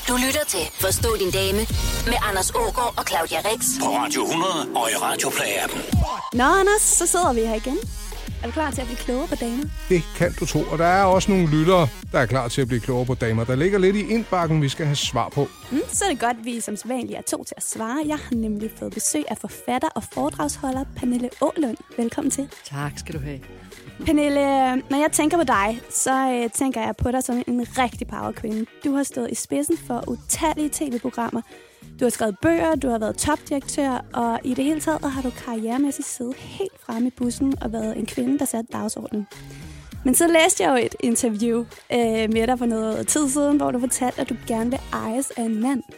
Du lytter til Forstå din dame med Anders Aagaard og Claudia Rix på Radio 100 og i Radioplay-appen. Nå, Anders, så sidder vi her igen. Er du klar til at blive klogere på damer? Det kan du tro, og der er også nogle lyttere, der er klar til at blive klogere på damer. Der ligger lidt i indbakken, vi skal have svar på. Så er det godt, at vi som sædvanligt er to til at svare. Jeg har nemlig fået besøg af forfatter og foredragsholder Pernille Aalund. Velkommen til. Tak skal du have. Pernille, når jeg tænker på dig, så tænker jeg på dig som en rigtig powerkvinde. Du har stået i spidsen for utallige tv-programmer. Du har skrevet bøger, du har været topdirektør, og i det hele taget har du karrieremæssigt siddet helt fremme i bussen og været en kvinde, der satte dagsordenen. Men så læste jeg jo et interview med dig for noget tid siden, hvor du fortalte, at du gerne vil ejes af en mand.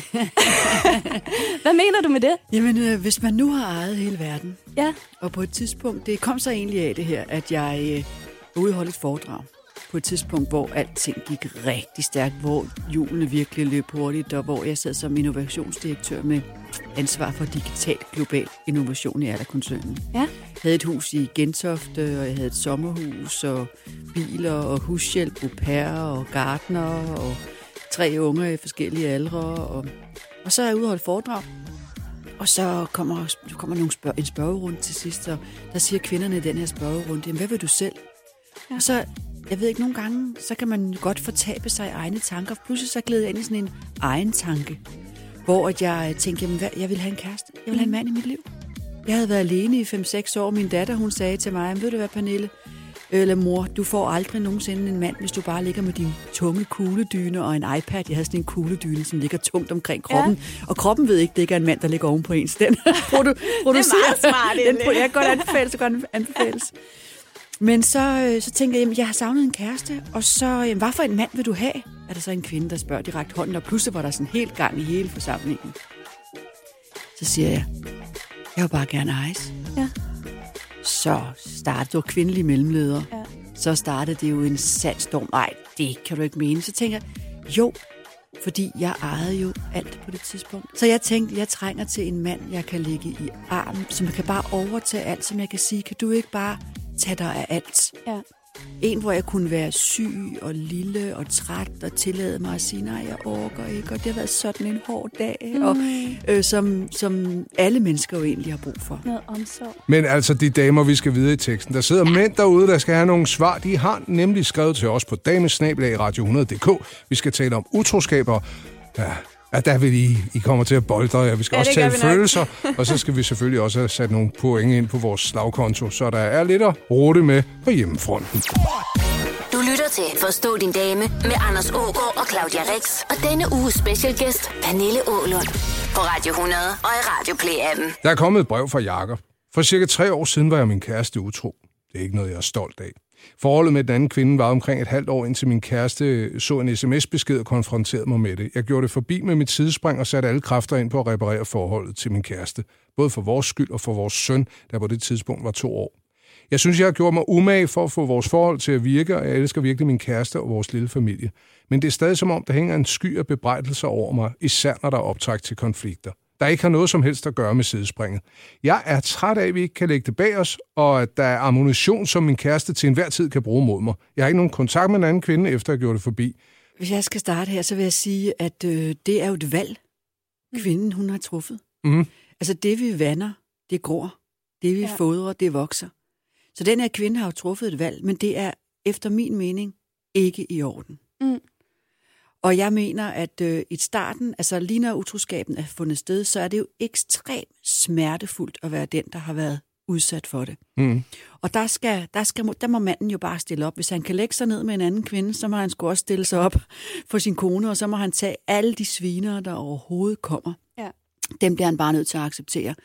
Hvad mener du med det? Jamen, hvis man nu har ejet hele verden, ja. Og på et tidspunkt, det kom så egentlig af det her, at jeg var ude og holde et foredrag på et tidspunkt, hvor alting gik rigtig stærkt, hvor hjulene virkelig løb hurtigt, og hvor jeg sad som innovationsdirektør med ansvar for digital global innovation i Adler-koncernen. Ja. Jeg havde et hus i Gentofte, og jeg havde et sommerhus, og biler, og hushjælp, au pair, og gartner, og 3 unger i forskellige aldre, og så er jeg ude og holde foredrag. Og så kommer en spørgerunde til sidst, og der siger kvinderne i den her spørgerunde, jamen, hvad vil du selv? Ja. Og så, jeg ved ikke, nogle gange, så kan man godt fortabe sig i egne tanker. Pludselig så glæder jeg ind i sådan en egen tanke, hvor jeg tænkte, jamen, jeg vil have en kæreste. Jeg vil have en mand i mit liv. Jeg havde været alene i 5-6 år. Min datter, hun sagde til mig, ved du hvad, Pernille? Eller mor, du får aldrig nogensinde en mand, hvis du bare ligger med din tunge kugledyne og en iPad. Jeg havde sådan en kugledyne, som ligger tungt omkring kroppen. Ja. Og kroppen ved ikke, det ikke er en mand, der ligger oven på ens. Den det er meget smart. Jeg kan godt anbefales. Men så tænker jeg, jeg har savnet en kæreste, og så, hvad for en mand vil du have? Er der så en kvinde, der spørger direkte hånden, og pludselig var der sådan helt gang i hele forsamlingen. Så siger jeg vil bare gerne ejes. Ja. Så startede du kvindelig mellemleder. Ja. Så startede det jo en sandstorm. Nej, det kan du ikke mene. Så tænker jeg, jo, fordi jeg ejede jo alt på det tidspunkt. Så jeg tænkte, jeg trænger til en mand, jeg kan ligge i armen, som kan bare overtage alt, som jeg kan sige, kan du ikke bare tage dig af alt? Ja. En, hvor jeg kunne være syg og lille og træt og tillade mig at sige, nej, jeg orker ikke, og det har været sådan en hård dag, og som alle mennesker jo egentlig har brug for. Noget omsorg. Men altså, de damer, vi skal videre i teksten, der sidder mænd derude, der skal have nogle svar. De har nemlig skrevet til os på damesnabelag.radio100.dk. Vi skal tale om utroskaber. Ja, der vil I kommer til at bolde jer. Vi skal også tale følelser, og så skal vi selvfølgelig også have sat nogle point ind på vores slagkonto, så der er lidt at rute med på hjemmefronten. Du lytter til Forstå din dame med Anders Aagaard og Claudia Rix. Og denne uges specialgæst, Pernille Aalund. På Radio 100 og i Radioplay-appen. Der er kommet et brev fra Jakob. For cirka 3 år siden var jeg min kæreste utro. Det er ikke noget, jeg er stolt af. Forholdet med den anden kvinde var omkring et halvt år, indtil min kæreste så en sms-besked og konfronterede mig med det. Jeg gjorde det forbi med mit sidespring og satte alle kræfter ind på at reparere forholdet til min kæreste. Både for vores skyld og for vores søn, der på det tidspunkt var 2 år. Jeg synes, jeg har gjort mig umage for at få vores forhold til at virke, og jeg elsker virkelig min kæreste og vores lille familie. Men det er stadig som om, der hænger en sky af bebrejdelser over mig, især når der er optræk til konflikter, der ikke har noget som helst at gøre med sidespringet. Jeg er træt af, at vi ikke kan lægge det bag os, og at der er ammunition, som min kæreste til enhver tid kan bruge mod mig. Jeg har ikke nogen kontakt med en anden kvinde, efter jeg gjorde det forbi. Hvis jeg skal starte her, så vil jeg sige, at det er jo et valg, kvinden hun har truffet. Mm. Altså det vi vander, det gror. Det vi fodrer, det vokser. Så den her kvinde har jo truffet et valg, men det er efter min mening ikke i orden. Mm. Og jeg mener, at i starten, altså lige når utroskaben er fundet sted, så er det jo ekstremt smertefuldt at være den, der har været udsat for det. Mm. Og der må manden jo bare stille op. Hvis han kan lægge sig ned med en anden kvinde, så må han sgu også stille sig op for sin kone, og så må han tage alle de sviner, der overhovedet kommer. Ja. Dem bliver han bare nødt til at acceptere.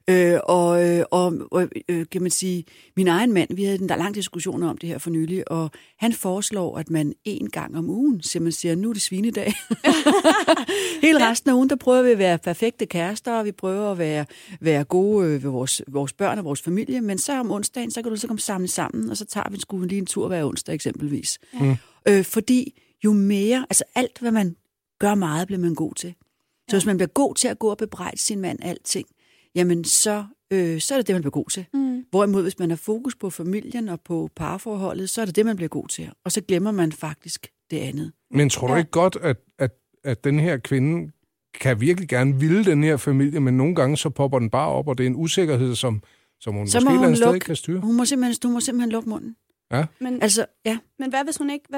Kan man sige, min egen mand, vi havde en lang diskussion om det her for nylig, og han foreslår, at man 1 gang om ugen simpelthen siger, nu er det svinedag. Hele resten af ugen, der prøver vi at være perfekte kærester, og vi prøver at være gode ved vores børn og vores familie, men så om onsdagen, så kan du så komme sammen, og så tager vi sgu lige en tur hver onsdag eksempelvis. Fordi jo mere, altså alt hvad man gør meget, bliver man god til. Så hvis man bliver god til at gå og bebrejde sin mand alting, jamen så er det, man bliver god til. Mm. Hvorimod, hvis man har fokus på familien og på parforholdet, så er det det, man bliver god til. Og så glemmer man faktisk det andet. Men tror du ikke godt, at den her kvinde kan virkelig gerne ville den her familie, men nogle gange så popper den bare op, og det er en usikkerhed, som hun måske et eller andet sted ikke kan styre. Hun må simpelthen lukke munden. Ja. Men, altså, ja. Men hvad hvis hun ikke,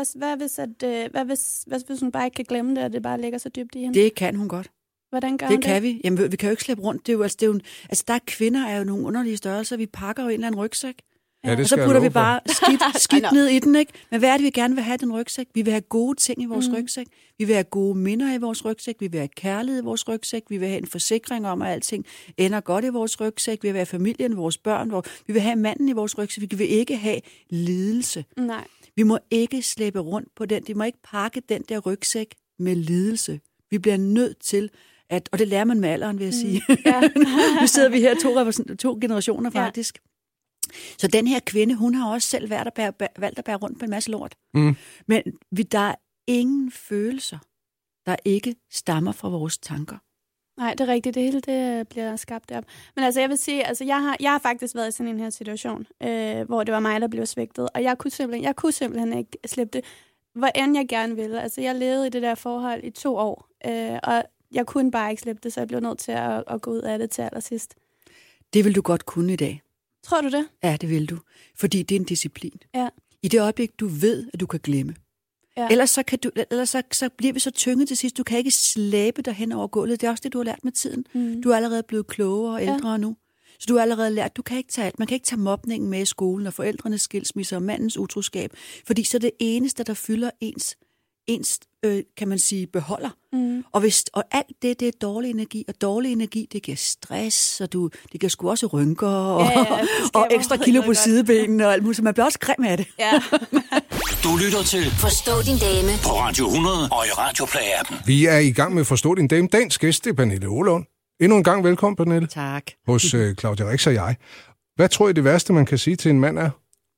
hvad hvis hun bare ikke kan glemme det, og det bare ligger så dybt i hende? Det kan hun godt. Hvordan gør hun det? Det kan vi. Jamen, vi kan jo ikke slæbe rundt. Der er kvinder er jo nogle underlige størrelser. Vi pakker jo en eller anden rygsæk. Ja, og så putter vi bare skidt ned i den, ikke? Men hvad er det, vi gerne vil have i den rygsæk? Vi vil have gode ting i vores rygsæk. Vi vil have gode minder i vores rygsæk. Vi vil have kærlighed i vores rygsæk. Vi vil have en forsikring om, at alting ender godt i vores rygsæk. Vi vil have familien, vores børn. Vi vil have manden i vores rygsæk. Vi vil ikke have lidelse. Nej. Vi må ikke slæbe rundt på den. De må ikke pakke den der rygsæk med lidelse. Vi bliver nødt til at, og det lærer man med alderen, vil jeg sige. Ja. Nu sidder vi her to generationer faktisk. Ja. Så den her kvinde, hun har også selv valgt at bære rundt på en masse lort. Men der er ingen følelser, der ikke stammer fra vores tanker. Nej, det er rigtigt. Det hele det bliver skabt op. Men altså, jeg vil sige, altså, jeg har faktisk været i sådan en her situation, hvor det var mig, der blev svigtet. Og jeg kunne simpelthen ikke slippe det, hvor end jeg gerne ville. Altså, jeg levede i det der forhold i 2 år, og jeg kunne bare ikke slippe det, så jeg blev nødt til at gå ud af det til allersidst. Det vil du godt kunne i dag. Tror du det? Ja, det vil du. Fordi det er en disciplin. Ja. I det øjeblik, du ved, at du kan glemme. Ja. Ellers så bliver vi så tynget til sidst. Du kan ikke slæbe dig hen over gulvet. Det er også det, du har lært med tiden. Du er allerede blevet klogere og ældre nu. Så du har allerede lært, du kan ikke tage alt. Man kan ikke tage mobningen med i skolen og forældrenes skilsmisser og mandens utroskab. Fordi så er det eneste, der fylder ens kan man sige, beholder. Og alt det er dårlig energi, og dårlig energi, det giver stress, og det giver sgu også rynker, og ekstra kilo på sidebenene, og alt muligt, så man bliver også grim af det. Ja. Du lytter til Forstå din dame på Radio 100 og i Radioplay-appen. Vi er i gang med Forstå din dame. Dagens gæst er Pernille Aalund. Endnu en gang velkommen, Pernille. Tak. Hos Claudia Rix og jeg. Hvad tror I det værste, man kan sige til en mand er?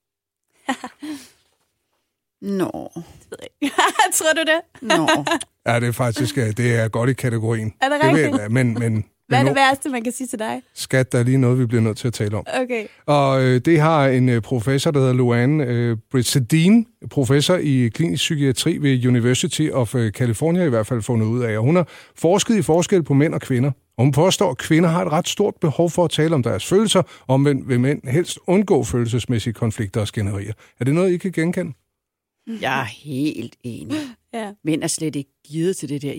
Nå. Tror du det? Nå. Ja, det er faktisk det er godt i kategorien. Er det rigtigt? Men hvad er det værste, man kan sige til dig? Skat, der er lige noget, vi bliver nødt til at tale om. Okay. Og det har en professor, der hedder Luann Britzedin, professor i klinisk psykiatri ved University of California, i hvert fald fundet ud af. Og hun har forsket i forskel på mænd og kvinder. Og hun påstår, at kvinder har et ret stort behov for at tale om deres følelser, omvendt vil mænd helst undgå følelsesmæssige konflikter og skænderier. Er det noget, I kan genkende? Jeg er helt enig. Ja. Mænd er slet ikke givet til det der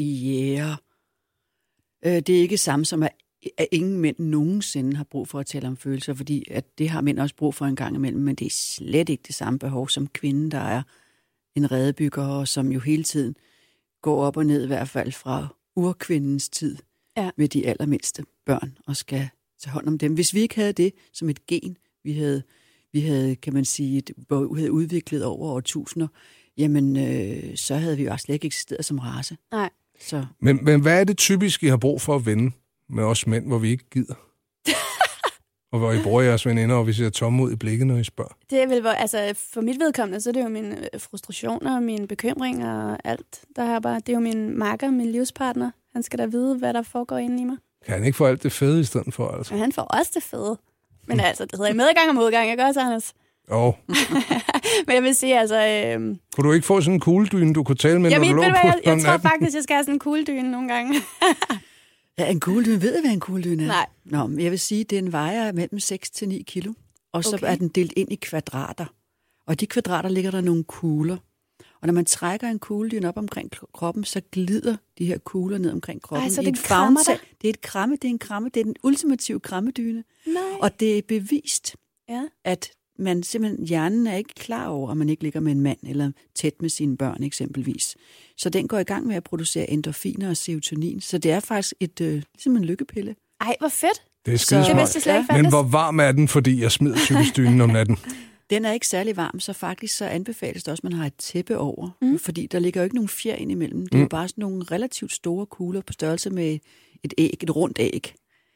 det er ikke samme som, at ingen mænd nogensinde har brug for at tale om følelser, fordi at det har mænd også brug for en gang imellem, men det er slet ikke det samme behov som kvinden, der er en redebygger, og som jo hele tiden går op og ned, i hvert fald fra urkvindens tid, med de allermindste børn, og skal tage hånd om dem. Hvis vi ikke havde det som et gen, vi havde, kan man sige, havde udviklet over årtusinder, jamen, så havde vi jo også slet ikke eksisteret som race. Nej. Så. Men hvad er det typisk, I har brug for at vende med os mænd, hvor vi ikke gider? Og hvor I bruger jeres veninder, og vi ser tomme ud i blikket, når I spørger? Det er vel, altså for mit vedkommende, så er det jo mine frustrationer, mine bekymringer og alt. Det er jo min makker, min livspartner. Han skal da vide, hvad der foregår inde i mig. Kan han ikke få alt det fede i stedet for, altså? Ja, han får også det fede. Men altså, det hedder i medgang og modgang, ikke også, Anders? Jo. Men jeg vil sige, altså... Kunne du ikke få sådan en kugledyne, du kunne tale med, når du lå på jeg tror faktisk, jeg skal have sådan en kugledyne nogle gange. Ja, en kugledyne. Ved du, hvad en kugledyne er? Nej. Nå, men jeg vil sige, at den vejer mellem 6 til 9 kilo. Og så er den delt ind i kvadrater. Og de kvadrater ligger der nogle kugler. Og når man trækker en kugledyne op omkring kroppen, så glider de her kugler ned omkring kroppen. Så det er en kramme. Det er den ultimative krammedyne. Nej. Og det er bevist, at man simpelthen, hjernen er ikke klar over, at man ikke ligger med en mand eller tæt med sine børn eksempelvis. Så den går i gang med at producere endorfiner og serotonin. Så det er faktisk ligesom en lykkepille. Ej, hvor fedt. Det er skidesmart. Men hvor varm er den, fordi jeg smider cykelstynen om natten? Den er ikke særlig varm, så faktisk så anbefales det også, at man har et tæppe over. Fordi der ligger jo ikke nogen fjer ind imellem. Det er jo bare sådan nogle relativt store kugler på størrelse med et rundt æg.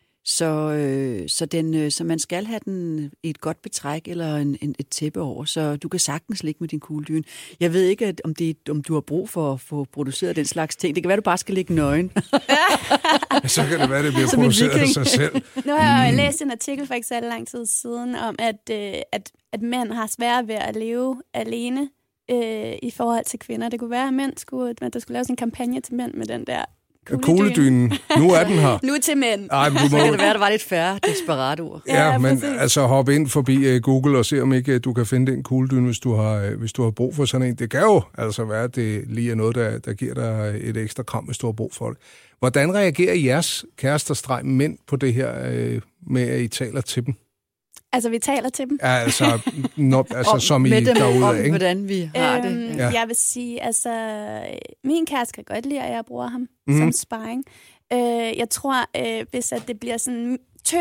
Så man skal have den i et godt betræk eller et tæppe over, så du kan sagtens ligge med din kugledyne. Jeg ved ikke, om du har brug for at få produceret den slags ting. Det kan være, du bare skal ligge nøgen. Så kan det være, det bliver produceret af sig selv. Nu har jeg læst en artikel for ikke så lang tid siden om, at mænd har svært ved at leve alene i forhold til kvinder. Det kunne være, at der skulle laves en kampagne til mænd med den der kugledynen. Nu er den her. Nu til mænd. Ej, Så kan det være, der var lidt færre desperat ord. Ja, men præcis. altså hop ind forbi Google og se, om ikke du kan finde den kugledyne, hvis du har brug for sådan en. Det kan jo altså være, at det lige er noget, der giver dig et ekstra kram, hvis du har brug for det. Hvordan reagerer jeres kærester-mænd på det her med, at I taler til dem? Altså, vi taler til dem. Ja, altså som I med dem derude, om, ikke? hvordan vi har det. Ja. Jeg vil sige, altså, min kæreste kan godt lide, at jeg bruger ham som sparring. Jeg tror, hvis at det bliver sådan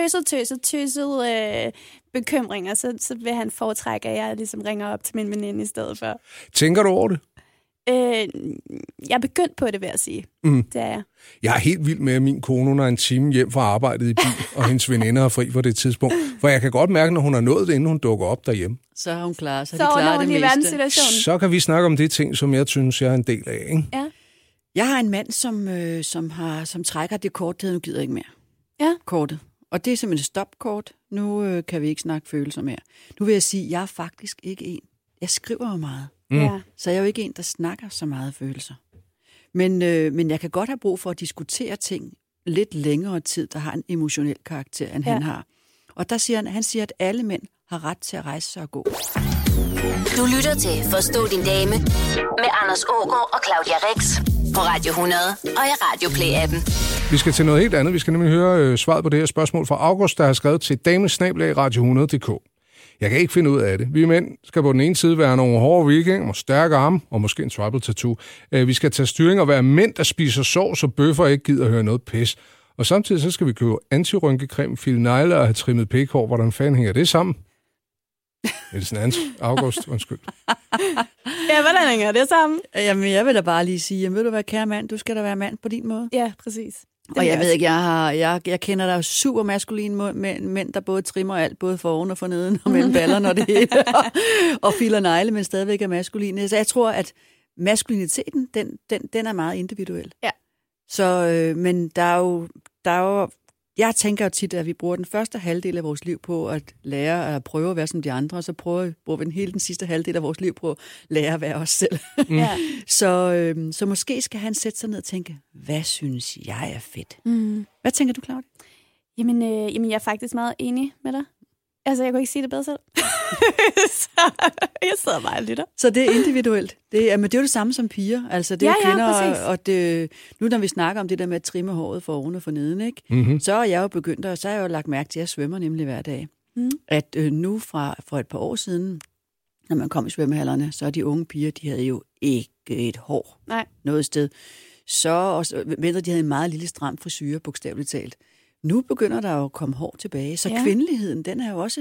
tøset bekymringer, så vil han foretrække, at jeg ligesom ringer op til min veninde i stedet for. Tænker du over det? Jeg er begyndt på det, vil jeg sige. Det er jeg. Jeg er helt vild med, at min kone hun er en time hjem fra arbejdet i bil, og hendes veninder er fri på det tidspunkt. For jeg kan godt mærke, når hun har nået det, inden hun dukker op derhjemme. Så har hun klaret sig. Så klarer hun det i meste. verdenssituationen. Så kan vi snakke om de ting, som jeg synes, jeg er en del af, ikke? Ja. Jeg har en mand, som trækker det kort, nu gider ikke mere. Ja. Kortet. Og det er simpelthen et stopkort. Nu kan vi ikke snakke følelser mere. Nu vil jeg sige, at jeg er faktisk ikke en. Jeg skriver jo meget. Ja. Så jeg er jo ikke en, der snakker så meget følelser. Men jeg kan godt have brug for at diskutere ting lidt længere tid, der har en emotionel karakter, end han har. Og der siger han siger, at alle mænd har ret til at rejse sig og gå. Du lytter til Forstå din dame med Anders Aagaard og Claudia Rex på Radio 100 og i Radio Play-appen. Vi skal til noget helt andet. Vi skal nemlig høre svaret på det her spørgsmål fra August, der har skrevet til damesnablag-radio100.dk. Jeg kan ikke finde ud af det. Vi mænd skal på den ene side være nogle hårde vikinger og stærke arme, og måske en tribal tattoo. Vi skal tage styring og være mænd, der spiser sovs og bøffer og ikke gider høre noget pis. Og samtidig så skal vi købe antirynkekrem, file negle og have trimmet pækhår. Hvordan fanden hænger det sammen? August, undskyld. Ja, hvordan hænger det sammen? Jamen, jeg vil da bare lige sige, ved du hvad, kære mand, du skal da være mand på din måde. Ja, præcis. Og jeg ved ikke, jeg kender der super maskuline mænd, der både trimmer alt, både for oven og for neden, og mellem ballerne og det hele, og filer negle, men stadigvæk er maskuline. Så jeg tror, at maskuliniteten, den er meget individuel. Ja. Så, men der er jo, jeg tænker jo tit, at vi bruger den første halvdel af vores liv på at lære at prøve at være som de andre, og så bruger vi hele den sidste halvdel af vores liv på at lære at være os selv. Ja. Så måske skal han sætte sig ned og tænke, hvad synes jeg er fedt? Hvad tænker du, Claudia? Jamen, jeg er faktisk meget enig med dig. Altså, jeg kunne ikke sige det bedre selv. Så jeg sidder bare og lytter. Så det er individuelt. Men det er jo det samme som piger. Altså, det er kvinder, og det, nu når vi snakker om det der med at trimme håret for oven og for neden, ikke? Mm-hmm. Så er jeg jo begyndt, og så har jeg jo lagt mærke til, at jeg svømmer nemlig hver dag. At nu for et par år siden, når man kom i svømmehallerne, så de unge piger, de havde jo ikke et hår noget sted. Så venter de havde en meget lille stram frisyre, bogstaveligt talt. Nu begynder der jo at komme hår tilbage, så kvindeligheden, den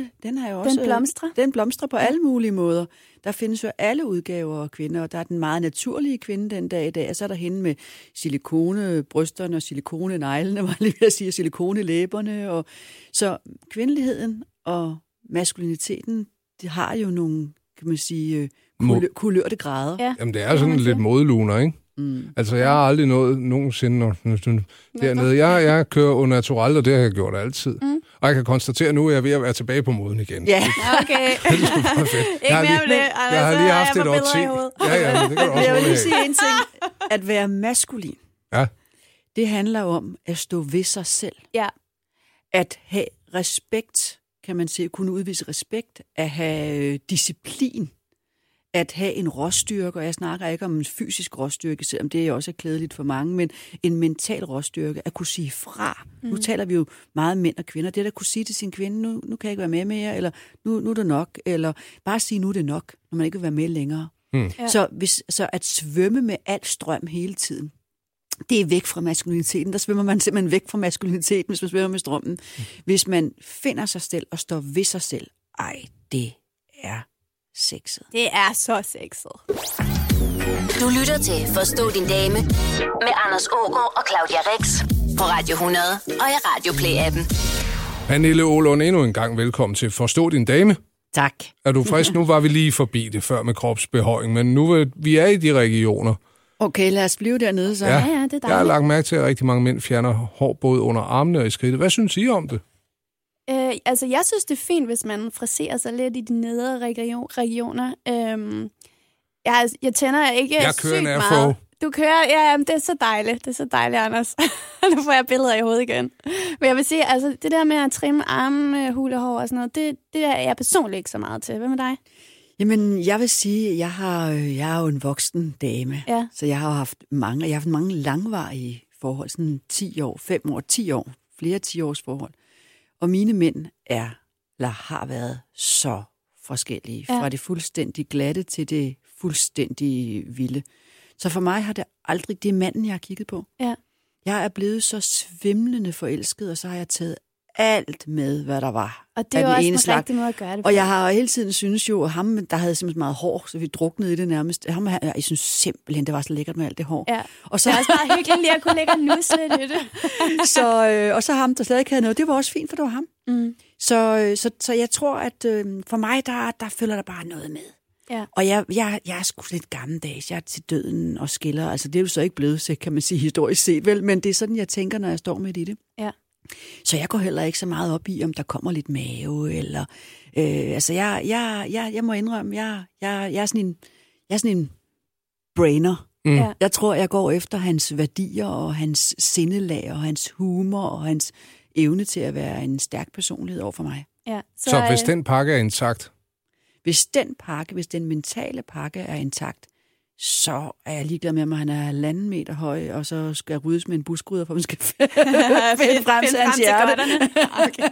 blomstrer på alle mulige måder. Der findes jo alle udgaver af kvinder, og der er den meget naturlige kvinde den dag i dag, og så er der hende med silikonebrysterne og silikoneneglene, var jeg lige ved at sige, silikonelæberne. Og så kvindeligheden og maskuliniteten, de har jo nogle, kan man sige, kulørte grader. Ja. Jamen, det er sådan lidt modeluner, ikke? Altså, jeg har aldrig nået nogensinde dernede. Jeg kører under naturel, og det har jeg gjort altid. Og jeg kan konstatere nu, at jeg er ved at være tilbage på moden igen. Ja, okay. Det er sgu meget fedt. Ikke mere med det. Jeg har lige haft et år til. Ja, det kan du også. Jeg vil lige sige en ting. At være maskulin, det handler om at stå ved sig selv. Ja. At have respekt, kan man sige, kunne udvise respekt, at have disciplin, at have en råstyrke, og jeg snakker ikke om en fysisk råstyrke, selvom det er også klædeligt for mange, men en mental råstyrke, at kunne sige fra. Nu taler vi jo meget mænd og kvinder. Det at kunne sige til sin kvinde, nu kan jeg ikke være med mere, eller nu er det nok, eller bare sige, nu er det nok, når man ikke vil være med længere. Ja. Så at svømme med al strøm hele tiden, det er væk fra maskuliniteten. Der svømmer man simpelthen væk fra maskuliniteten, hvis man svømmer med strømmen. Hvis man finder sig selv og står ved sig selv, det er sexet. Det er så sexet. Du lytter til Forstå din dame med Anders Aagaard og Claudia Rex på Radio 100 og i Radio Play-appen. Pernille Aagaard, endnu en gang velkommen til Forstå din dame. Tak. Er du frisk? Nu var vi lige forbi det før med kropsbehøjning, men nu vi er i de regioner. Okay, lad os blive dernede så. Ja, det er dejligt. Jeg har lagt mærke til, at rigtig mange mænd fjerner hår både under armene og i skridtet. Hvad synes I om det? Altså, jeg synes, det er fint, hvis man friserer sig lidt i de nedre regioner. Jeg tænder ikke Jeg kører sygt en meget. Airflow. Du kører, ja, det er så dejligt. Det er så dejligt, Anders. Nu får jeg billeder i hovedet igen. Men jeg vil sige, altså, det der med at trimme armhulehår og sådan noget, det er jeg personligt ikke så meget til. Hvad med dig? Jamen, jeg vil sige, at jeg er jo en voksen dame. Ja. Så jeg har haft mange langvarige forhold, sådan 10 år, 5 år, 10 år, flere 10 års forhold. Og mine mænd har været så forskellige. Fra det fuldstændig glatte til det fuldstændig vilde. Så for mig har det aldrig, det er manden, jeg har kigget på. Ja. Jeg er blevet så svimlende forelsket, og så har jeg taget alt med, hvad der var. Og det er jo også en rigtig måde at gøre det på. Og jeg har hele tiden synes jo, ham, der havde simpelthen meget hår, så vi druknede i det nærmest. Jeg synes simpelthen, det var så lækkert med alt det hår. Ja. Og så det er også bare hyggeligt lige at kunne lægge en nusle i det. og så ham, der slet ikke havde noget. Det var også fint, for det var ham. Mm. Så jeg tror, at for mig, der følger der bare noget med. Ja. Og jeg er sgu lidt gammeldags. Jeg er til døden og skiller. Altså, det er jo så ikke blevet, så kan man sige historisk set, vel? Men det er sådan, jeg tænker, når jeg står midt i det. Ja. Så jeg går heller ikke så meget op i, om der kommer lidt mave, eller... jeg må indrømme, jeg er sådan en brainer. Mm. Ja. Jeg tror, jeg går efter hans værdier, og hans sindelag, og hans humor, og hans evne til at være en stærk personlighed over for mig. Ja. Så hvis den pakke er intakt? Hvis den mentale pakke er intakt, så er jeg ligeglad med, om han er 1,5 meter høj, og så skal jeg ryddes med en buskrydder, for man skal finde frem til hans hjerte. Okay.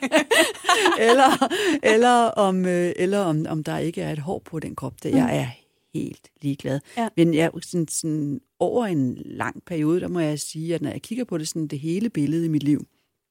eller om der ikke er et hår på den krop. Jeg er helt ligeglad. Ja. Men jeg, sådan, over en lang periode, der må jeg sige, at når jeg kigger på det, sådan, det hele billede i mit liv,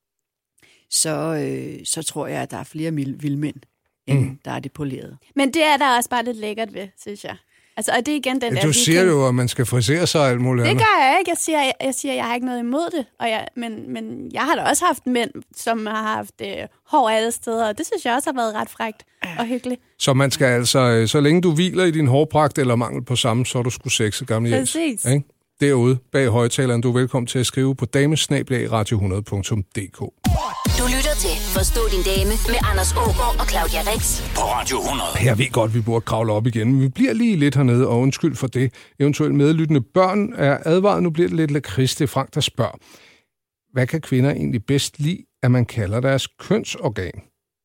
så tror jeg, at der er flere vildmænd, end der er det poleret. Men det er der også bare lidt lækkert ved, synes jeg. Altså, og det er igen den der... Du siger jo, at man skal frisere sig og alt muligt andet. Det gør jeg ikke. Jeg siger, jeg har ikke noget imod det. Men jeg har da også haft mænd, som har haft hår alle steder, og det synes jeg også har været ret frækt og hyggeligt. Så man skal altså, så længe du hviler i din hårpragt eller mangel på samme, så er du sgu sexet, gamle Jens. Præcis. Ikke? Derude bag højtaleren, du er velkommen til at skrive på damesnabelagradio100.dk. Du lytter til Forstå din dame med Anders Ågaard og Claudia Rix. På Radio 100. Jeg ved godt, vi burde kravle op igen, men vi bliver lige lidt hernede, og undskyld for det. Eventuelt medlyttende børn er advaret. Nu bliver det lidt lakrids. Det er Frank, der spørger. Hvad kan kvinder egentlig bedst lide, at man kalder deres kønsorgan?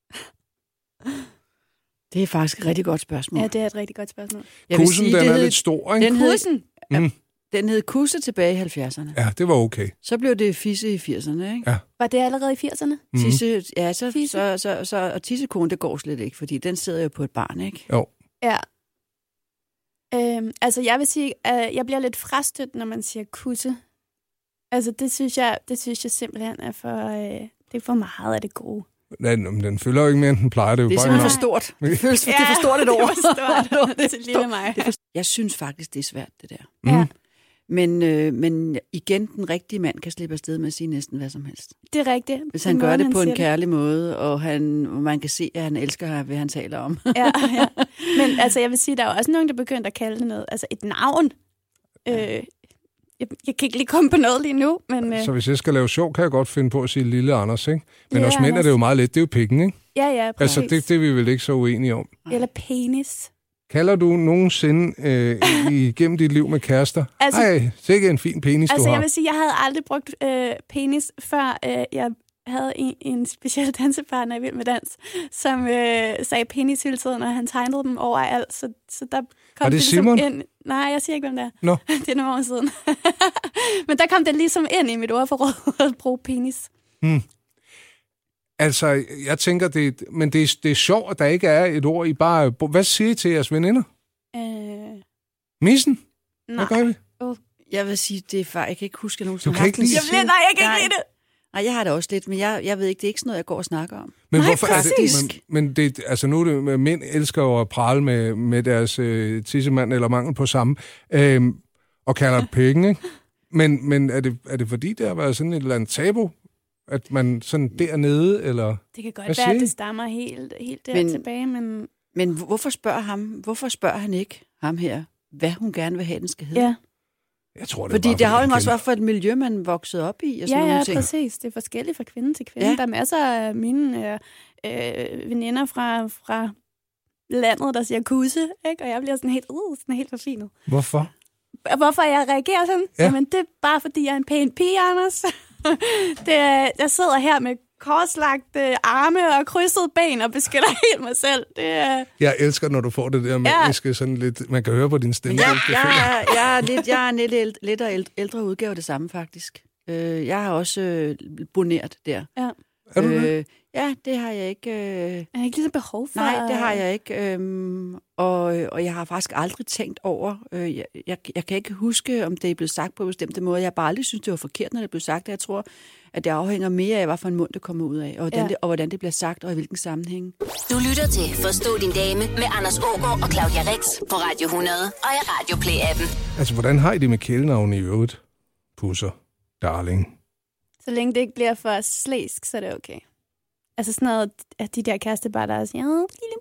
Det er faktisk et rigtig godt spørgsmål. Ja, det er et rigtig godt spørgsmål. Kussen, den er lidt stor, ikke? Kussen? Den hed kusse tilbage i 70'erne. Ja, det var okay. Så blev det fisse i 80'erne, ikke? Ja. Var det allerede i 80'erne? Tisse, ja, og tissekone, det går slet ikke, fordi den sidder jo på et barn, ikke? Jo. Ja. Altså, jeg vil sige, at jeg bliver lidt frastødt, når man siger kusse. Altså, det synes jeg simpelthen er for, det er for meget af det gode. Den fylder jo ikke mere, end den plejer. Det er simpelthen for stort. Det er for stort et ord. Det er for stort. Det er lille mig. Jeg synes faktisk, det er svært, det der. Ja. Men igen, den rigtige mand kan slippe afsted med at sige næsten hvad som helst. Det er rigtigt. Hvis han gør det på en kærlig måde, og man kan se, at han elsker, hvad han taler om. Ja. Men altså, jeg vil sige, der er jo også nogen, der begyndte at kalde det noget. Altså et navn. Jeg kan ikke lige komme på noget lige nu. Men, Så hvis jeg skal lave sjov, kan jeg godt finde på at sige lille Anders, ikke? Men ja, hos mænd er det jo meget let. Det er jo pikken, ikke? Ja, præcis. Altså, det er vi vel ikke så uenige om. Eller penis. Kalder du nogensinde igennem dit liv med kærester? Altså, ej, sikkert en fin penis, du har. Jeg vil sige, jeg havde aldrig brugt penis, før jeg havde en speciel dansepartner i Vild med Dans, som sagde penis hele tiden, og han tegnede dem overalt. Så der kom det Simon? Ind. Nej, jeg siger ikke, hvem det er. No. Det er nogle år siden. Men der kom det ligesom ind i mit ordforråd at bruge penis. Altså, jeg tænker, det er sjovt, at der ikke er et ord i bare... Hvad siger I til jeres veninder? Missen? Nej. Hvad gør vi? Jeg vil sige, det er faktisk... Jeg kan ikke huske, at nogen... Du kan ikke lide... Jeg kan ikke lide det. Nej, jeg har det også lidt, men jeg ved ikke, det er ikke sådan noget, jeg går og snakker om. Men nej, hvorfor præcis. er det... Men det, altså nu er det... Mænd elsker jo at prale med deres tissemand eller mangel på samme, og kalder det penge, ikke? Men er det fordi, det har været sådan et eller andet tabu? At man sådan dernede, eller... Det kan godt være, at det stammer helt der tilbage, men... Men hvorfor spørger han ikke ham her, hvad hun gerne vil have, den skal hedde? Ja. Jeg tror, fordi det har jo også været for et miljø, man voksede op i, og sådan nogle ting. Præcis. Det er forskelligt fra kvinde til kvinde. Ja. Der er masser af mine veninder fra landet, der siger kusse, ikke? Og jeg bliver sådan helt forfinet. Hvorfor? Hvorfor jeg reagerer sådan? Ja. Jamen, det er bare, fordi jeg er en pæn pige, Anders. Jeg sidder her med korslagte arme og krydsede ben og beskytter helt mig selv. Jeg elsker, når du får det der magiske, sådan lidt, man kan høre på din stemme. Jeg er en lidt ældre udgave af det samme, faktisk. Jeg har også boneret der. Ja. Er du det? Ja, det har jeg ikke. Jeg har ikke ligesom behov for... Nej, det har jeg ikke. Og jeg har faktisk aldrig tænkt over... Jeg kan ikke huske, om det er blevet sagt på en bestemt måde. Jeg har bare aldrig synes, det var forkert, når det blev sagt. Jeg tror, at det afhænger mere af, hvad for en mund det kommer ud af, og hvordan det bliver sagt, og i hvilken sammenhæng. Du lytter til Forstå din dame med Anders Aagaard og Claudia Rix på Radio 100 og i Radio Play-appen. Altså, hvordan har I det med kælenavn i øvrigt? Pusser, darling. Så længe det ikke bliver for slæsk, så er det okay. Altså sådan noget, at de der kærestebar, der siger, lille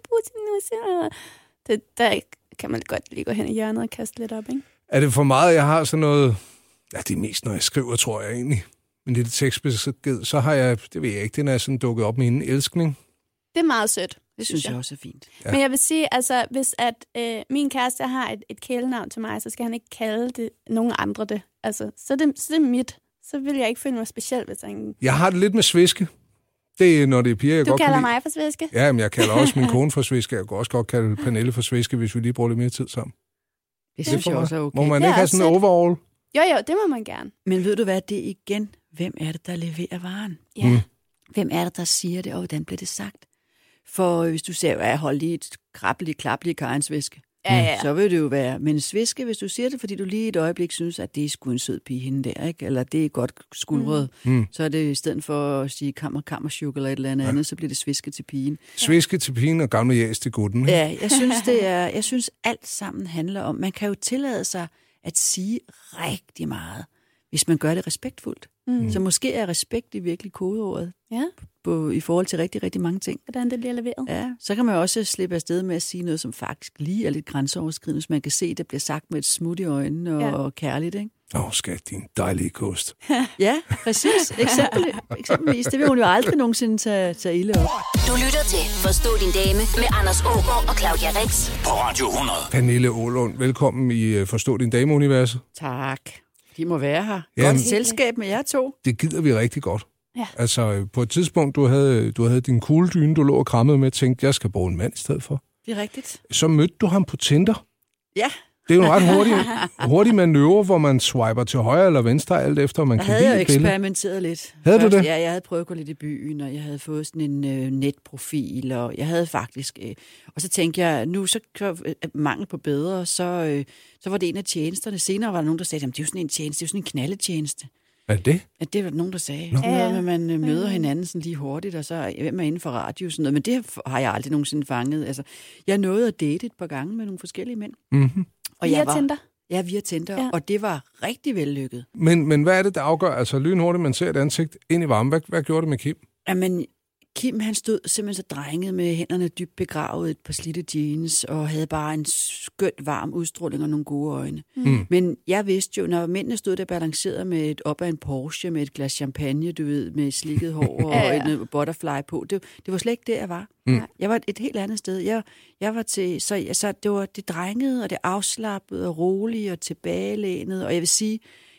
pusse, der kan man godt lige gå hen i hjørnet og kaste lidt op, ikke? Er det for meget, jeg har sådan noget... Ja, det er mest, når jeg skriver, tror jeg egentlig. En lille tekstbesked, så har jeg... Det ved jeg ikke, den er sådan dukket op med en elskning. Det er meget sødt. Det synes jeg også er fint. Ja. Men jeg vil sige, altså, hvis at min kæreste har et kælenavn til mig, så skal han ikke kalde det nogen andre det. Altså, så er det mit. Så vil jeg ikke føle mig speciel, hvis han... Jeg har det lidt med sviske. Det er, når det er piger, jeg du godt kalder kan mig for sviske? Ja, men jeg kalder også min kone for sviske. Jeg kan også godt kalde Pernille for sviske, hvis vi lige bruger lidt mere tid sammen. Det synes jeg også er okay. Må man ikke have sådan en overall? Jo, det må man gerne. Men ved du hvad, det er igen, hvem er det, der leverer varen? Ja. Hvem er det, der siger det, og hvordan bliver det sagt? For hvis du siger, at jeg holder lige et klappeligt karensvæske, så vil det jo være, men sviske, hvis du siger det, fordi du lige et øjeblik synes, at det er sgu en sød pige hende der, ikke? Eller det er godt skuldret, så er det i stedet for at sige kammerchuk eller et eller andet, så bliver det sviske til pigen. Sviske til pigen og gamle jæs til gutten. Ja, jeg synes alt sammen handler om, man kan jo tillade sig at sige rigtig meget, hvis man gør det respektfuldt. Så måske er respekt i virkelig kodeordet. Ja. I forhold til rigtig, rigtig mange ting. Hvordan det bliver leveret. Ja, så kan man også slippe afsted med at sige noget, som faktisk lige er lidt grænseoverskridende, hvis man kan se, at det bliver sagt med et smut i øjnene og kærligt, ikke? Skat, din dejlige kost. Ja, præcis. Eksempelvis. Det vil hun jo aldrig nogensinde tage ilde op. Du lytter til Forstå din dame med Anders Aagaard og Claudia Rix På Radio 100. Pernille Aagaard, velkommen i Forstå din dame-universet. Tak. De må være her. Jamen, godt selskab med jer to. Det gider vi rigtig godt. Ja. Altså, på et tidspunkt, du havde din kugledyne, du lå og krammede med, og tænkte, jeg skal bruge en mand i stedet for. Det er rigtigt. Så mødte du ham på Tinder. Ja. Det er jo en ret hurtig manøvre, hvor man swiper til højre eller venstre, alt efter, om man kan lide et billede. Jeg havde eksperimenteret lidt. Havde du det? Ja, jeg havde prøvet at gå lidt i byen, og jeg havde fået sådan en netprofil, og jeg havde faktisk... og så tænkte jeg, nu så mangel på bedre, så var det en af tjenesterne. Senere var der nogen, der sagde, at det er jo sådan en tjeneste, det er jo sådan en knaldetjeneste. Hvad er det? Ja, det var nogen, der sagde. Sådan noget, man møder hinanden sådan lige hurtigt, og så hvem er inden for radio, sådan noget. Men det har jeg aldrig nogensinde fanget. Altså, jeg nåede at date et par gange med nogle forskellige mænd. Mm-hmm. Og via Tinder? Ja, via Tinder, og det var rigtig vellykket. Men hvad er det, der afgør? Altså lynhurtigt, man ser et ansigt ind i varmen. Hvad gjorde det med Kim? Jamen, Kim, han stod simpelthen så drenget med hænderne dybt begravet, et par slitte jeans, og havde bare en skønt varm udstråling og nogle gode øjne. Men jeg vidste jo, når mændene stod der balanceret med op ad en Porsche, med et glas champagne, du ved, med slikket hår og en butterfly på, det var slet ikke det, jeg var. Jeg var et helt andet sted. Jeg var til, så det var det drengede, og det afslappede, og rolige, og tilbagelænet, og jeg vil sige,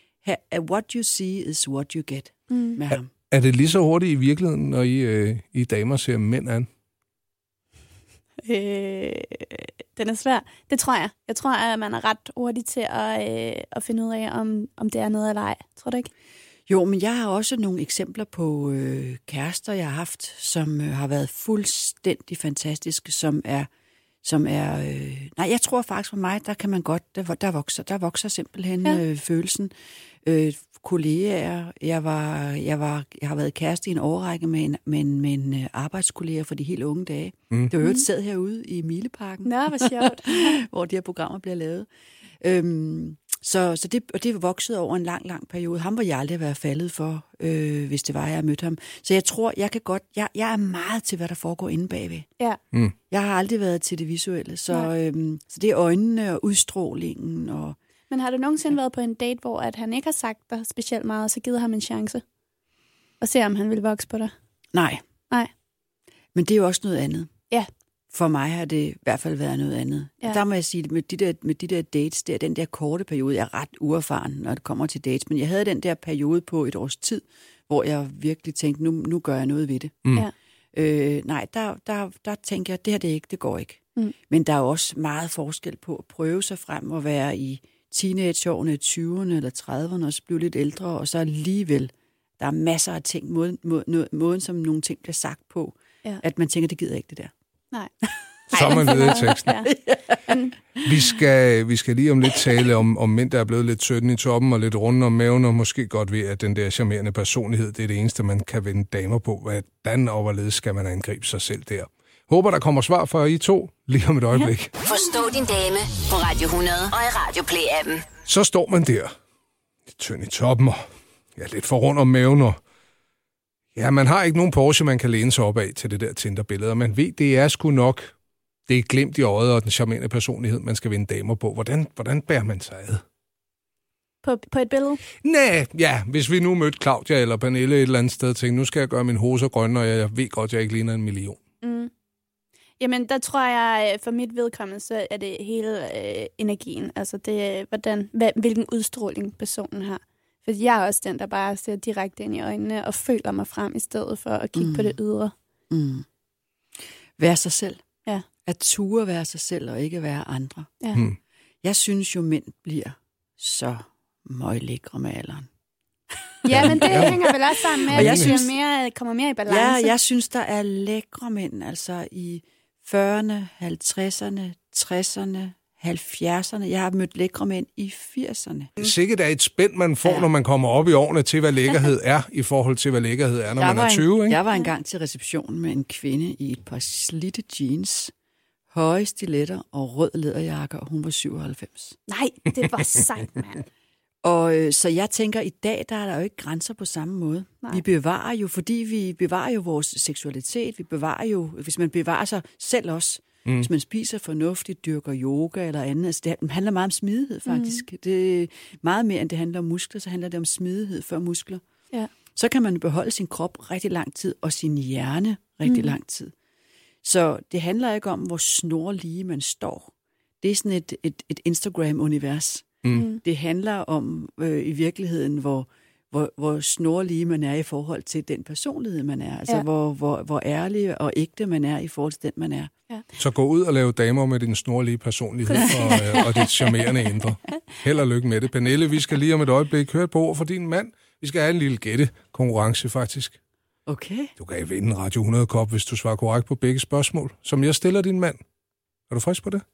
what you see is what you get med ham. Er det lige så hurtigt i virkeligheden, når I damer ser mænd an? Den er svær. Det tror jeg. Jeg tror, at man er ret hurtig til at finde ud af, om det er noget eller ej. Tror du ikke? Jo, men jeg har også nogle eksempler på kærester, jeg har haft, som har været fuldstændig fantastiske, som er nej, jeg tror faktisk for mig, der kan man godt, der vokser simpelthen følelsen. Kollegaer, jeg har været kæreste i en årrække med en arbejdskollega for de helt unge dage. Det var jo et sted herude i Mileparken. Nå, hvor sjovt. hvor de her programmer bliver lavet. Så det voksede over en lang periode. Ham var jeg aldrig været faldet for, hvis det var, jeg mødte ham. Så jeg tror, jeg er meget til, hvad der foregår inde bagved. Ja. Jeg har aldrig været til det visuelle, så det er øjnene og udstrålingen. Men har du nogensinde været på en date, hvor at han ikke har sagt dig specielt meget, og så givet ham en chance? Og se, om han vil vokse på dig? Nej. Men det er jo også noget andet. Ja. For mig har det i hvert fald været noget andet. Ja. Der må jeg sige, med de der dates, den der korte periode, jeg er ret uerfaren, når det kommer til dates, men jeg havde den der periode på et års tid, hvor jeg virkelig tænkte, nu gør jeg noget ved det. Ja. Nej, der tænker jeg, det går ikke. Men der er også meget forskel på at prøve sig frem og være i teenageårene, 20'erne eller 30'erne, og så blive lidt ældre, og så alligevel, der er masser af ting, måden som nogle ting bliver sagt på, at man tænker, det gider ikke det der. Nej. Så er man nede i teksten. Ja. Vi skal lige om lidt tale om mænd, der er blevet lidt 17 i toppen og lidt runde om maven, og måske godt ved, at den der charmerende personlighed, det er det eneste, man kan vende damer på. Hvordan og hvorledes skal man angribe sig selv der? Håber, der kommer svar fra I to lige om et øjeblik. Forstå din dame på Radio 100 og i Radio Play-appen. Så står man der, lidt tynd i toppen og lidt for rundt om maven, og man har ikke nogen Porsche, man kan læne sig op af til det der Tinder-billede, og man ved, det er sgu nok, det er glimt i øjet og den charmerende personlighed, man skal vinde damer på. Hvordan bærer man sig ad? På et billede? Nej, hvis vi nu mødte Claudia eller Pernille et eller andet sted og tænkte, nu skal jeg gøre min hoser grønne, og jeg ved godt, jeg ikke ligner 1 million. Jamen, der tror jeg, for mit vedkommende, så er det hele energien. Altså, det er, hvilken udstråling personen har. For jeg er også den, der bare ser direkte ind i øjnene og føler mig frem, i stedet for at kigge på det ydre. Være sig selv. Ja. At ture være sig selv og ikke være andre. Ja. Jeg synes jo, mænd bliver så møglækre med alderen. Ja, men det hænger vel også sammen med, og at jeg kommer mere i balance. Ja, jeg synes, der er lækre mænd, altså i 40'erne, 50'erne, 60'erne, 70'erne. Jeg har mødt lækre mænd i 80'erne. Sikkert er et spænd, man får, når man kommer op i årene til, hvad lækkerhed er, i forhold til, hvad lækkerhed er, når man er 20, ikke? Jeg var engang til reception med en kvinde i et par slidte jeans, høje stiletter og rød læderjakke, og hun var 97. Nej, det var sejt, mand. Og så jeg tænker, i dag, der er der jo ikke grænser på samme måde. Nej. Vi bevarer jo vores seksualitet, vi bevarer jo, hvis man bevarer sig selv også, hvis man spiser fornuftigt, dyrker yoga eller andet, altså det handler meget om smidighed faktisk. Det er meget mere, end det handler om muskler, så handler det om smidighed før muskler. Ja. Så kan man beholde sin krop rigtig lang tid, og sin hjerne rigtig lang tid. Så det handler ikke om, hvor snorlige man står. Det er sådan et Instagram-univers. Det handler om i virkeligheden, hvor snorlige man er i forhold til den personlighed, man er. Altså, hvor ærlig og ægte man er i forhold til den, man er. Ja. Så gå ud og lave damer med din snorlige personlighed og dit charmerende indre. Held og lykke med det. Pernille, vi skal lige om et øjeblik høre på ord for din mand. Vi skal have en lille gætte-konkurrence, faktisk. Okay. Du kan vinde en Radio 100-kop, hvis du svarer korrekt på begge spørgsmål, som jeg stiller din mand. Er du frisk på det?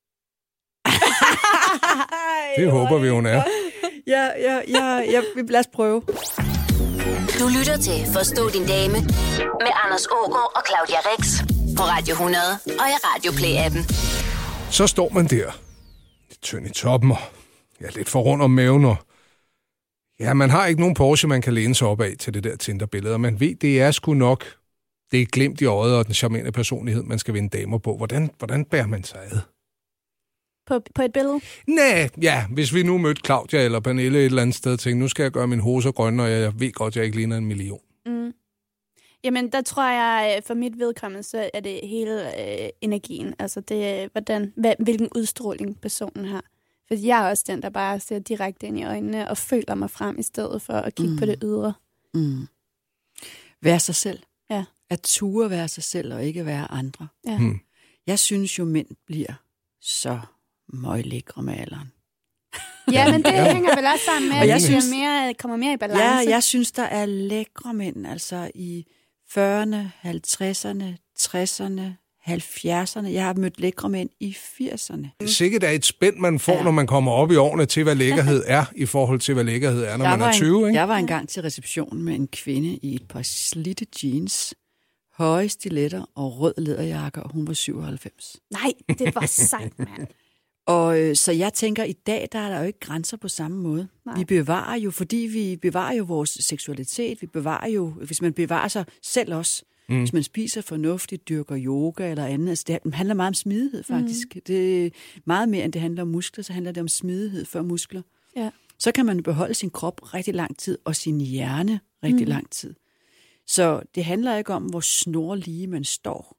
Det håber vi, hun er. Ja, lad os prøve. Du lytter til Forstå din dame med Anders Aagaard og Claudia Rex på Radio 100 og i Radio Play-appen. Så står man der, lidt tynd i toppen og lidt for rundt om maven, og man har ikke nogen Porsche, man kan læne sig op af til det der Tinder-billede, og man ved, det er sgu nok, det er glimt i øjet og den charmerende personlighed, man skal vinde damer på. Hvordan bærer man sig ad? På et billede? Nej, hvis vi nu mødte Claudia eller Pernille et eller andet sted og tænkte, nu skal jeg gøre min hoser grønne, og jeg ved godt, jeg ikke ligner 1 million. Jamen, der tror jeg, for mit vedkommende, så er det hele energien. Altså, det er, hvilken udstråling personen har. For jeg er også den, der bare ser direkte ind i øjnene og føler mig frem, i stedet for at kigge på det ydre. Være sig selv. Ja. At ture være sig selv og ikke være andre. Ja. Jeg synes jo, mænd bliver så møglækre med alderen. Ja, men det hænger vel også sammen med, at jeg kommer mere i balance. Ja, jeg synes, der er lækre mænd, altså i 40'erne, 50'erne, 60'erne, 70'erne. Jeg har mødt lækre mænd i 80'erne. Sikkert er et spænd, man får, når man kommer op i årene til, hvad lækkerhed er, i forhold til, hvad lækkerhed er, når man er 20, ikke? Jeg var engang til reception med en kvinde i et par slidte jeans, høje stiletter og rød læderjakke, og hun var 97. Nej, det var sejt, mand. Og så jeg tænker, i dag, der er der jo ikke grænser på samme måde. Nej. Vi bevarer jo vores seksualitet, vi bevarer jo, hvis man bevarer sig selv også, hvis man spiser fornuftigt, dyrker yoga eller andet, altså det handler meget om smidighed faktisk. Det er meget mere, end det handler om muskler, så handler det om smidighed før muskler. Ja. Så kan man beholde sin krop rigtig lang tid, og sin hjerne rigtig lang tid. Så det handler ikke om, hvor snorlige man står.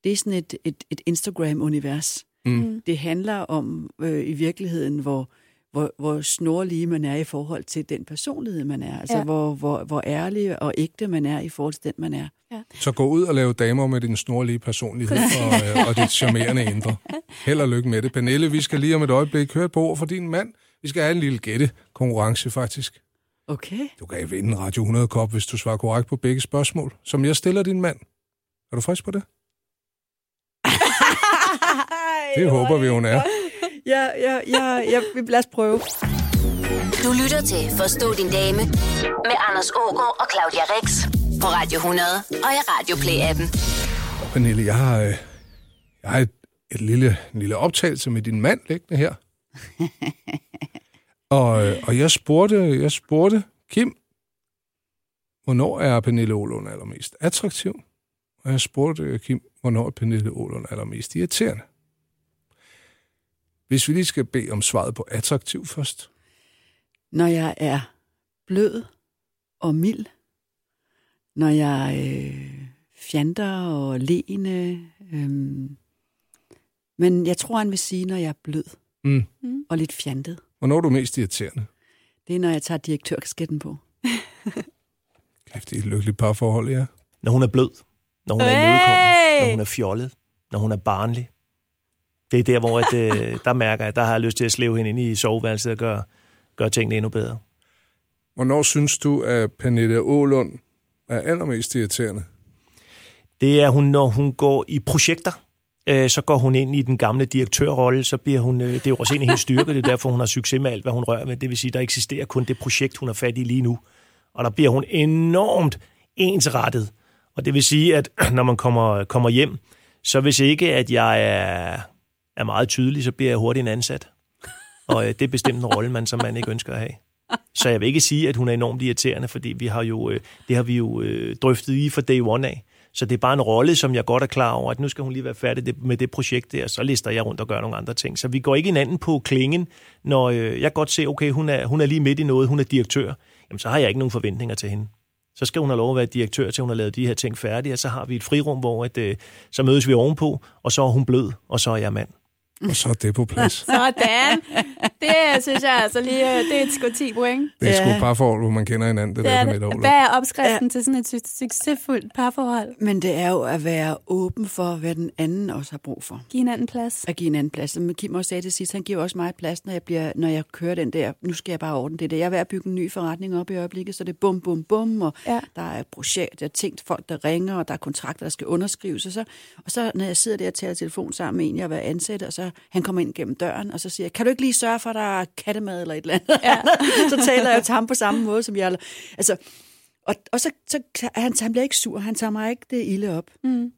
det er sådan et Instagram-univers. Det handler om i virkeligheden, hvor snorlige man er i forhold til den personlighed, man er. Altså, hvor ærlig og ægte man er i forhold til den, man er. Ja. Så gå ud og lave damer med din snorlige personlighed og dit charmerende indre. Held og lykke med det. Pernille, vi skal lige om et øjeblik høre et ord for din mand. Vi skal have en lille gætte-konkurrence, faktisk. Okay. Du kan vinde en Radio 100-kop, hvis du svarer korrekt på begge spørgsmål, som jeg stiller din mand. Er du frisk på det? Det håber vi, hun er. Ja, lad os prøve. Du lytter til Forstå din dame med Anders Aagaard og Claudia Rex på Radio 100 og i Radio Play-appen. Pernille, jeg har et lille optagelse med din mand liggende her. og jeg spurgte Kim, hvornår er Pernille Aalund allermest attraktiv? Og jeg spurgte Kim, hvornår er Pernille Aalund allermest irriterende? Hvis vi lige skal bede om svaret på attraktiv først. Når jeg er blød og mild. Når jeg fjanter og leende. Men jeg tror, han vil sige, når jeg er blød og lidt fjantet. Hvornår er du mest irriterende? Det er, når jeg tager direktørkasketten på. Kæft, det er et lykkeligt parforhold, ja. Når hun er blød. Når hun er imødekommende. Når hun er fjollet. Når hun er barnlig. Det er der, hvor der mærker jeg, der har jeg lyst til at slæve hende ind i soveværelset og gøre tingene endnu bedre. Hvornår synes du, at Pernille Aalund er allermest irriterende? Det er hun, når hun går i projekter. Så går hun ind i den gamle direktørrolle, så bliver hun, det er jo også en af hendes styrker, det er derfor, hun har succes med alt, hvad hun rører med. Det vil sige, der eksisterer kun det projekt, hun er fat i lige nu. Og der bliver hun enormt ensrettet. Og det vil sige, at når man kommer hjem, så hvis ikke, at jeg er meget tydelig, så bliver jeg hurtigt en ansat. Og det er bestemt en rolle, man som mand ikke ønsker at have. Så jeg vil ikke sige, at hun er enormt irriterende, fordi det har vi jo drøftet i fra day one af. Så det er bare en rolle, som jeg godt er klar over, at nu skal hun lige være færdig med det projekt der, og så lister jeg rundt og gør nogle andre ting. Så vi går ikke hinanden på klingen, når jeg godt ser, okay, hun er lige midt i noget, hun er direktør. Jamen, så har jeg ikke nogen forventninger til hende. Så skal hun have lov at være direktør, til hun har lavet de her ting færdige, og så har vi et frirum, hvor så mødes vi ovenpå, og så er hun blød, og så er jeg mand. Og så er det på plads. Sådan. Det synes jeg altså lige, det er et sgu 10 point. Det er sgu et parforhold, hvor man kender hinanden. Det er det. Hvad er opskriften til sådan et succesfuldt parforhold? Men det er jo at være åben for, hvad den anden også har brug for. Give hinanden plads. At give hinanden plads. Som Kim også sagde til sidst, han giver også mig plads, når jeg kører den der, nu skal jeg bare ordne det der. Jeg er ved at bygge en ny forretning op i øjeblikket, så det er bum, bum, bum, og der er projekt, der er tænkt folk, der ringer, og der er kontrakter, der skal underskrives. Og så når jeg sidder der og taler telefon sammen med en, jeg har været ansat, og så han kommer ind gennem døren, og så siger jeg, kan du ikke lige sørge for, at der er kattemad eller et eller andet? Ja. Så taler jeg til ham på samme måde, som jeg... Altså, og så han bliver ikke sur, han tager mig ikke det ilde op. Mm.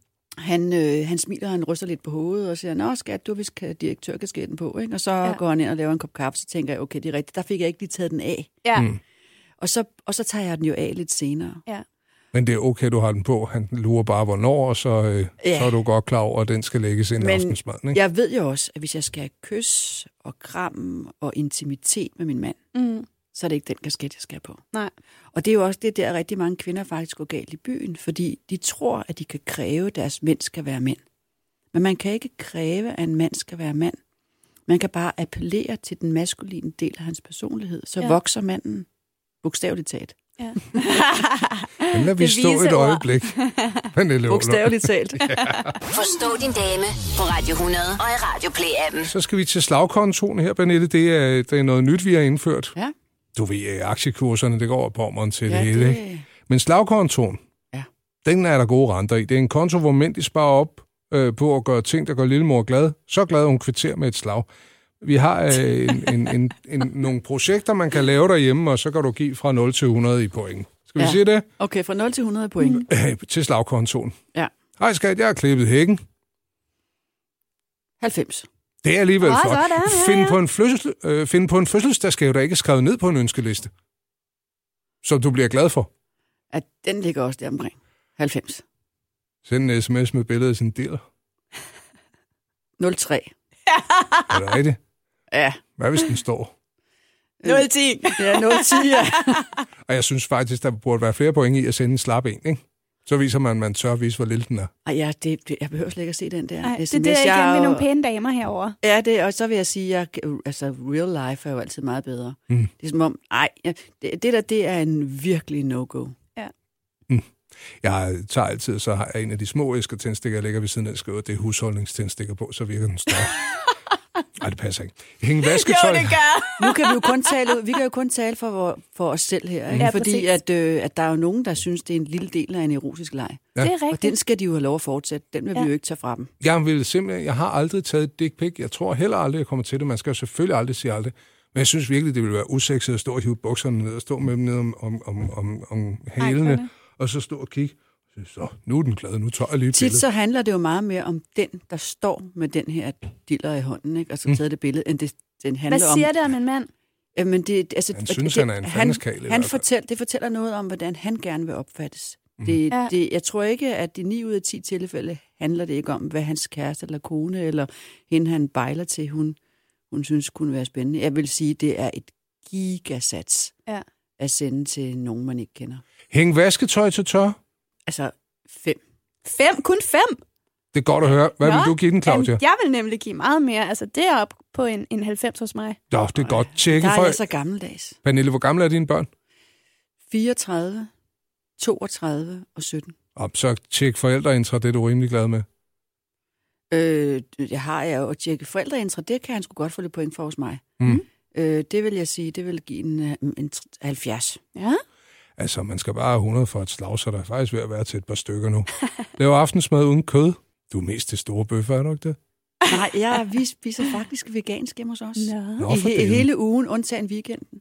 Han smiler, han ryster lidt på hovedet og siger, nå skat, du har vist direktørkasketten på, ikke? Og så går han ind og laver en kop kaffe, så tænker jeg, okay, det er rigtigt, der fik jeg ikke lige taget den af. Ja. Mm. Og så tager jeg den jo af lidt senere. Ja. Men det er okay, du har den på. Han lurer bare, hvornår, og så er du godt klar over, at den skal lægges ind i aftensmaden. Ikke? Jeg ved jo også, at hvis jeg skal have kys og kram og intimitet med min mand, så er det ikke den kasket, jeg skal have på. Nej. Og det er jo også det, der rigtig mange kvinder faktisk går galt i byen, fordi de tror, at de kan kræve, at deres mænd skal være mænd. Men man kan ikke kræve, at en mand skal være mand. Man kan bare appellere til den maskuline del af hans personlighed. Så vokser manden bogstaveligt talt. Ja. Men lad vi stå et øjeblik. Bogstaveligt talt. Forstå din dame på Radio 100 og i Radio Play-appen. Så skal vi til slagkontoen her, Pernille. Det er noget nyt, vi har indført. Ja. Du ved, aktiekurserne, det går på mig til det hele. Ikke? Men slagkontoen, den er der gode renter i. Det er en konto, hvor mænd de sparer op på at gøre ting, der gør lillemor glad. Så glad, hun kvitterer med et slag. Vi har nogle projekter, man kan lave derhjemme, og så kan du give fra 0 til 100 i point. Skal vi sige det? Okay, fra 0 til 100 point. Til slagkontoen. Ja. Hej skat, jeg har klippet hækken. 90. Det er alligevel flot. Find på en fødselsdagsgave, der ikke er skrevet ned på en ønskeliste. Som du bliver glad for. At den ligger også der omkring. 90. Send en sms med billedet af sin dealer. 03. Er det rigtigt? Ja. Hvad hvis den står? 010. Ja, 010, ja. Og jeg synes faktisk, der burde være flere point i at sende en slap en, ikke? Så viser man tør vise, hvor lille den er. Ja, jeg behøver slet ikke at se den der. Nej, det er det, jeg igen med nogle pæne damer herover. Ja, og så vil jeg sige, at real life er jo altid meget bedre. Det er som om, det er en virkelig no-go. Ja. Jeg tager altid, så har jeg en af de små æsker-tændstikker, jeg lægger ved siden af, skriver, det er husholdningstændstikker på, så virker den større. Nej, det passer ikke. Hænge vasketøj. Jo, det gør. Nu kan vi jo kun tale ud. Vi kan jo kun tale for os selv her, ikke? Ja, Fordi at der er jo nogen, der synes, det er en lille del af en erotisk leg. Ja. Det er rigtigt. Og den skal de jo have lov at fortsætte. Den vil vi jo ikke tage fra dem. Jeg har aldrig taget et dick pic. Jeg tror heller aldrig, jeg kommer til det. Man skal jo selvfølgelig aldrig sige aldrig. Men jeg synes virkelig, det ville være usexet at stå og hive bukserne ned og stå med dem ned om hælene, og så stå og kigge. Så nu er den glad, nu tager jeg lige et billede. Tit så handler det jo meget mere om den, der står med den her diller i hånden, ikke? Og så taget det billede, end den handler om... Hvad siger det om en mand? Men det, altså, han synes, han er en fandeskal. Det fortæller noget om, hvordan han gerne vil opfattes. Jeg tror ikke, at i 9 ud af 10 tilfælde handler det ikke om, hvad hans kæreste eller kone, eller hende han bejler til, hun synes kunne være spændende. Jeg vil sige, det er et gigasats at sende til nogen, man ikke kender. Hæng vasketøj til tør? Altså 5. 5? Kun 5? Det er godt at høre. Hvad vil du give den, Claudia? Jeg vil nemlig give meget mere. Altså, det er op på en 90 hos mig. Ja, det er godt. Tjekke der er jeg så gammeldags. Pernille, hvor gamle er dine børn? 34, 32 og 17. Så tjek forældreintra, det er du rimelig glad med. Jeg har jo at tjekke forældreintra, det kan han sgu godt få lidt point for hos mig. Det vil jeg sige, det vil give en 70. Ja. Altså, man skal bare have 100 for et slag, så der er faktisk ved at være til et par stykker nu. Lav aftensmad uden kød. Du er mest til store bøffer, er du ikke det? Nej, vi spiser faktisk vegansk hjemme hos os. Nå, hele ugen, undtagen weekenden.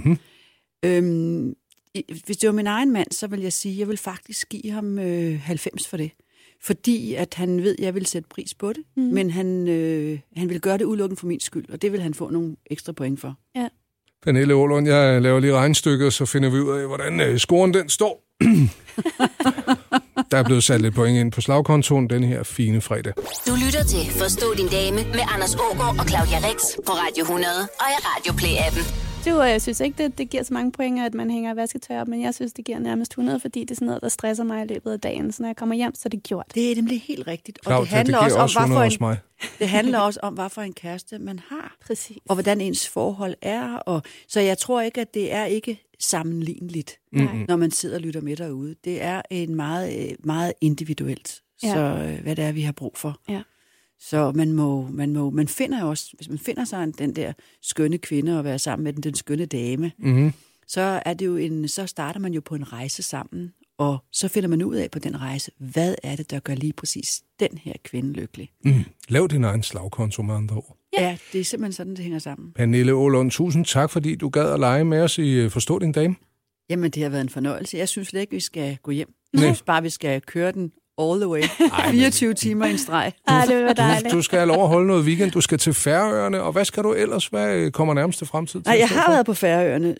Hvis det var min egen mand, så vil jeg sige, at jeg vil faktisk give ham 90 for det. Fordi at han ved, at jeg vil sætte pris på det, men han vil gøre det udelukkende for min skyld, og det vil han få nogle ekstra point for. Ja. Pernille Aalund, jeg laver lige regnstykket, så finder vi ud af, hvordan scoren den står. Der er blevet sat lidt point ind på slagkontoen den her fine fredag. Du lytter til Forstå din dame med Anders Aagaard og Claudia Rix på Radio 100 og i Radio Play-appen. Jeg synes ikke, det giver så mange point, at man hænger vasketøj op, men jeg synes, det giver nærmest 100, fordi det er sådan noget, der stresser mig i løbet af dagen. Så når jeg kommer hjem, så er det gjort. Det er nemlig helt rigtigt. Og Claudia, det handler også om, hvad for en kæreste man har. Præcis. Og hvordan ens forhold er. Så jeg tror ikke, at det er ikke sammenligneligt, når man sidder og lytter med derude. Det er en meget, meget individuelt, så hvad det er, vi har brug for. Ja. Så man finder jo også, hvis man finder sig den der skønne kvinde og være sammen med den skønne dame, så er det jo så starter man jo på en rejse sammen, og så finder man ud af på den rejse, hvad er det, der gør lige præcis den her kvinde lykkelig. Lav din egen slagkonto med andre ord. Ja, det er simpelthen sådan, det hænger sammen. Pernille Aalund, tusind tak, fordi du gad at lege med os i Forstå din dame. Jamen, det har været en fornøjelse. Jeg synes slet ikke, vi skal gå hjem. Jeg synes bare, vi skal køre den all the way. 24 timer i en streg. Det var dejligt. Du skal have lov at holde noget weekend. Du skal til Færøerne, og hvad skal du ellers? Hvad kommer nærmest til fremtid? Nej, jeg har været på Færøerne,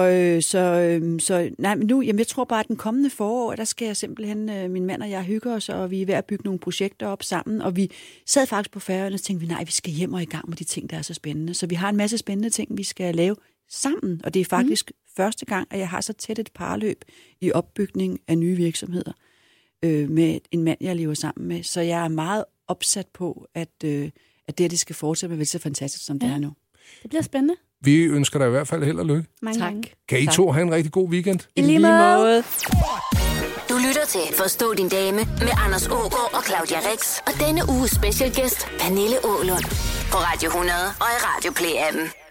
okay. Jeg tror bare, at den kommende forår, der skal jeg simpelthen, min mand og jeg hygger os, og vi er ved at bygge nogle projekter op sammen, og vi sad faktisk på Færøerne og tænkte, vi skal hjem og i gang med de ting, der er så spændende. Så vi har en masse spændende ting, vi skal lave sammen, og det er faktisk første gang, at jeg har så tæt et parløb i opbygning af nye virksomheder med en mand, jeg lever sammen med. Så jeg er meget opsat på, at det skal fortsætte med så fantastisk, som det er nu. Det bliver spændende. Vi ønsker dig i hvert fald held og lykke. Mange tak. Kan I to have en rigtig god weekend? I lige måde. Du lytter til Forstå din dame med Anders Aagaard og Claudia Rix. Og denne uges special guest, Pernille Aalund. På Radio 100 og i Radio Play-appen.